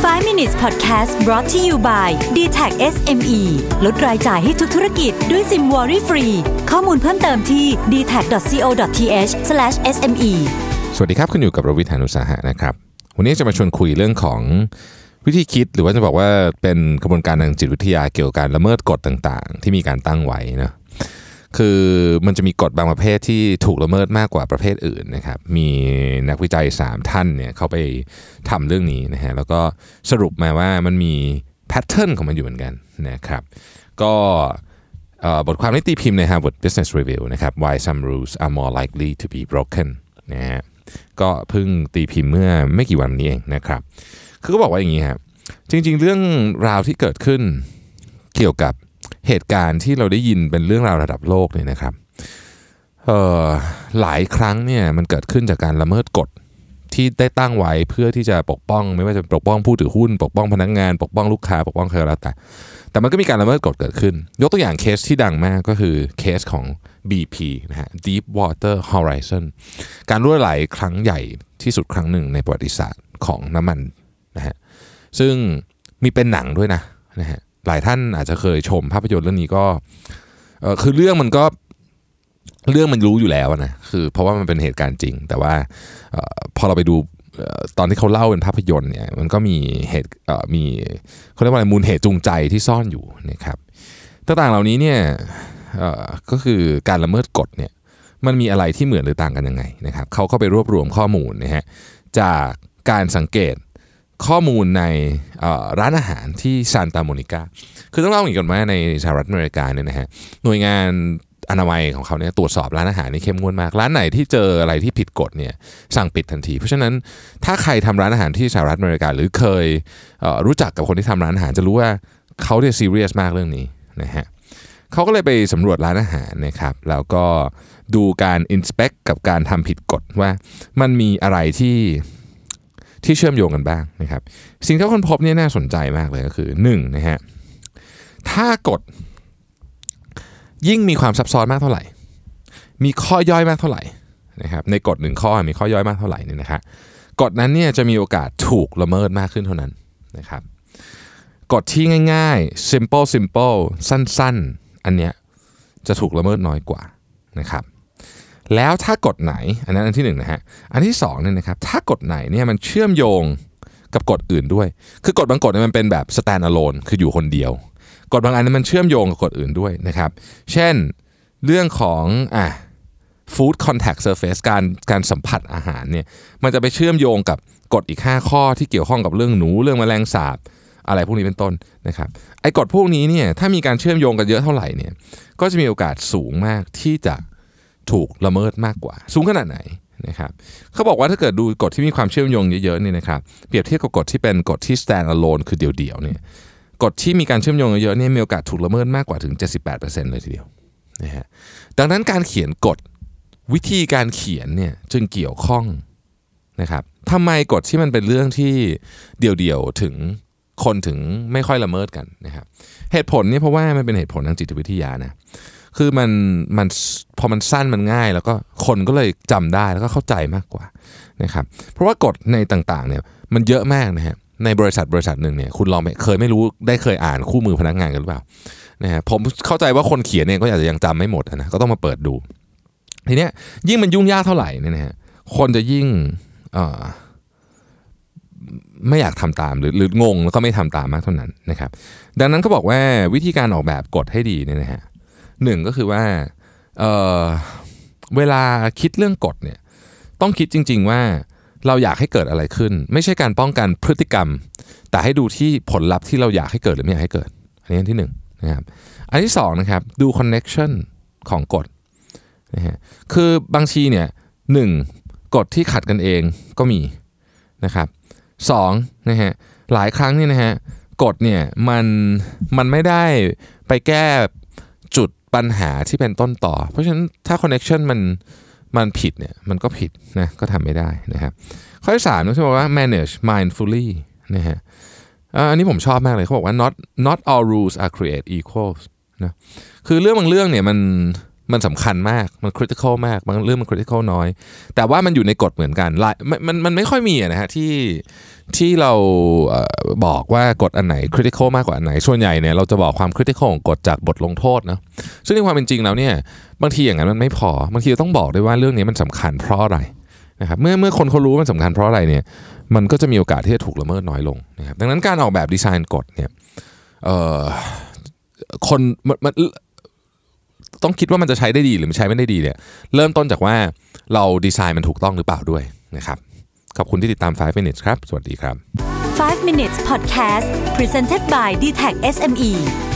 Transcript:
5 minutes podcast brought to you by DTAC SME ลดรายจ่ายให้ทุกธุรกิจด้วยซิมวอรี่ฟรีข้อมูลเพิ่มเติมที่ dtac.co.th/sme สวัสดีครับคุณอยู่กับรวิทย์ หาญอุตสาหะนะครับวันนี้จะมาชวนคุยเรื่องของวิธีคิดหรือว่าจะบอกว่าเป็นกระบวนการทางจิตวิทยาเกี่ยวกับการละเมิดกฎต่างๆที่มีการตั้งไว้นะคือมันจะมีกฎบางประเภทที่ถูกละเมิดมากกว่าประเภทอื่นนะครับมีนักวิจัย3ท่านเนี่ยเขาไปทำเรื่องนี้นะฮะแล้วก็สรุปมาว่ามันมีแพทเทิร์นของมันอยู่เหมือนกันนะครับก็บทความนี้ตีพิมพ์ใน Harvard Business Review นะครับ Why Some Rules Are More Likely to Be Broken นะฮะก็เพิ่งตีพิมพ์เมื่อไม่กี่วันนี้เองนะครับคือก็บอกว่าอย่างนี้ครับจริงๆเรื่องราวที่เกิดขึ้นเกี่ยวกับเหตุการณ์ที่เราได้ยินเป็นเรื่องราวระดับโลกเนี่ยนะครับหลายครั้งเนี่ยมันเกิดขึ้นจากการละเมิดกฎที่ได้ตั้งไว้เพื่อที่จะปกป้องไม่ว่าจะปกป้องผู้ถือหุ้นปกป้องพนักงานปกป้องลูกค้าปกป้องใครก็แล้วแต่มันก็มีการละเมิดกฎเกิดขึ้นยกตัวอย่างเคสที่ดังมากก็คือเคสของ BP นะฮะ Deepwater Horizon การรั่วไหลครั้งใหญ่ที่สุดครั้งหนึ่งในประวัติศาสตร์ของน้ำมันนะฮะซึ่งมีเป็นหนังด้วยนะฮะหลายท่านอาจจะเคยชมภาพยนตร์เรื่องนี้ก็คือเรื่องมันรู้อยู่แล้วนะคือเพราะว่ามันเป็นเหตุการณ์จริงแต่ว่าพอเราไปดูตอนที่เขาเล่าเป็นภาพยนตร์เนี่ยมันก็มีเหตุมีเขาเรียกว่าอะไรมูลเหตุจูงใจที่ซ่อนอยู่นะครับต่างๆเหล่านี้เนี่ยก็คือการละเมิดกฎเนี่ยมันมีอะไรที่เหมือนหรือต่างกันยังไงนะครับเขาก็ไปรวบรวมข้อมูลนะฮะจากการสังเกตข้อมูลในร้านอาหารที่ซานตาโมนิกาคือต้องเล่าอย่างนี้ก่อนว่าในสหรัฐอเมริกาเนี่ยนะฮะหน่วยงานอนามัยของเขาเนี่ยตรวจสอบร้านอาหารนี่เข้มงวดมากร้านไหนที่เจออะไรที่ผิดกฎเนี่ยสั่งปิดทันทีเพราะฉะนั้นถ้าใครทำร้านอาหารที่สหรัฐอเมริกาหรือเคยรู้จักกับคนที่ทำร้านอาหารจะรู้ว่าเขาเนี่ยซีเรียสมากเรื่องนี้นะฮะเขาก็เลยไปสำรวจร้านอาหารนะครับแล้วก็ดูการอินสเปกกับการทำผิดกฎว่ามันมีอะไรที่เชื่อมโยงกันบ้างนะครับสิ่งที่คนพบเนี่ยน่าสนใจมากเลยก็คือ1นะฮะถ้ากฎยิ่งมีความซับซ้อนมากเท่าไหร่มีข้อย่อยมากเท่าไหร่นะครับในกฎ1ข้อมีข้อย่อยมากเท่าไหร่เนี่ยนะครับกฎนั้นเนี่ยจะมีโอกาสถูกละเมิดมากขึ้นเท่านั้นนะครับกฎที่ง่ายๆ simple สั้นๆอันเนี้ยจะถูกละเมิดน้อยกว่านะครับแล้วถ้ากฎไหนอันนั้นอันที่1นะฮะอันที่2เนี่ยนะครับถ้ากฎไหนเนี่ยมันเชื่อมโยงกับกฎอื่นด้วยคือกฎบางกฎเนี่ยมันเป็นแบบ stand alone คืออยู่คนเดียวกฎบางอันมันเชื่อมโยงกับกฎอื่นด้วยนะครับเช่นเรื่องของfood contact surface การสัมผัสอาหารเนี่ยมันจะไปเชื่อมโยงกับกฎอีก5ข้อที่เกี่ยวข้องกับเรื่องหนูเรื่องแมลงสาบอะไรพวกนี้เป็นต้นนะครับไอ้กฎพวกนี้เนี่ยถ้ามีการเชื่อมโยงกันเยอะเท่าไหร่เนี่ยก็จะมีโอกาสสูงมากที่จะถูกละเมิดมากกว่าสูงขนาดไหนนะครับเขาบอกว่าถ้าเกิดดูกฎที่มีความเชื่อมโยงเยอะๆเนี่ยนะครับเปรียบเทียบกับกฎที่เป็นกฎที่ stand alone คือเดี่ยวๆเนี่ยกฎที่มีการเชื่อมโยงเยอะๆเนี่ยมีโอกาสถูกละเมิดมากกว่าถึง 78% เลยทีเดียวนะฮะดังนั้นการเขียนกฎวิธีการเขียนเนี่ยจึงเกี่ยวข้องนะครับทำไมกฎที่มันเป็นเรื่องที่เดี่ยวๆถึงคนถึงไม่ค่อยละเมิดกันนะครับเหตุผลเนี่ยเพราะว่ามันเป็นเหตุผลทางจิตวิทยานะคือมันพอมันสั้นมันง่ายแล้วก็คนก็เลยจำได้แล้วก็เข้าใจมากกว่านะครับเพราะว่ากฎในต่างๆเนี่ยมันเยอะมากนะฮะในบริษัทหนึ่งเนี่ยคุณลองไม่รู้ได้เคยอ่านคู่มือพนักงานกันหรือเปล่านะฮะผมเข้าใจว่าคนเขียนเนี่ยก็อาจจะยังจำไม่หมดนะก็ต้องมาเปิดดูทีเนี้ยยิ่งมันยุ่งยากเท่าไหร่เนี่ยนะฮะคนจะยิ่งไม่อยากทำตามหรืองงแล้วก็ไม่ทำตามมากเท่านั้นนะครับดังนั้นก็บอกว่าวิธีการออกแบบกฎให้ดีเนี่ยนะฮะ1ก็คือว่าเวลาคิดเรื่องกฎเนี่ยต้องคิดจริงๆว่าเราอยากให้เกิดอะไรขึ้นไม่ใช่การป้องกันพฤติกรรมแต่ให้ดูที่ผลลัพธ์ที่เราอยากให้เกิดหรือไม่อยากให้เกิดอันนี้อันที่1นะครับอันที่2นะครับดู connection ของกฎนะฮะคือบางทีเนี่ย1กฎที่ขัดกันเองก็มีนะครับ2นะฮะหลายครั้งเนี่ยนะฮะกฎเนี่ยมันไม่ได้ไปแก้จุดปัญหาที่เป็นต้นต่อเพราะฉะนั้นถ้า connection มันผิดเนี่ยมันก็ผิดนะก็ทำไม่ได้นะครับข้อที่3เขาบอกว่า manage mindfully นะฮะอันนี้ผมชอบมากเลยเขาบอกว่า not all rules are created equal นะคือเรื่องบางเรื่องเนี่ยมันสำคัญมากมัน critical มากบางเรื่องมัน critical น้อยแต่ว่ามันอยู่ในกฎเหมือนกันมันไม่ค่อยมีนะฮะที่เราบอกว่ากฎอันไหน critical มากกว่าอันไหนส่วนใหญ่เนี่ยเราจะบอกความ critical ของกฎจากบทลงโทษนะซึ่งในความเป็นจริงแล้วเนี่ยบางทีอย่างนั้นมันไม่พอบางทีต้องบอกด้วยว่าเรื่องนี้มันสำคัญเพราะอะไรนะครับเมื่อคนเขารู้ว่ามันสำคัญเพราะอะไรเนี่ยมันก็จะมีโอกาสที่จะถูกละเมิดน้อยลงนะครับดังนั้นการออกแบบดีไซน์กฎเนี่ยคนมันต้องคิดว่ามันจะใช้ได้ดีหรือมันใช้ไม่ได้ดีเนี่ยเริ่มต้นจากว่าเราดีไซน์มันถูกต้องหรือเปล่าด้วยนะครับขอบคุณที่ติดตาม 5 minutes ครับสวัสดีครับ 5 minutes podcast presented by DTAC SME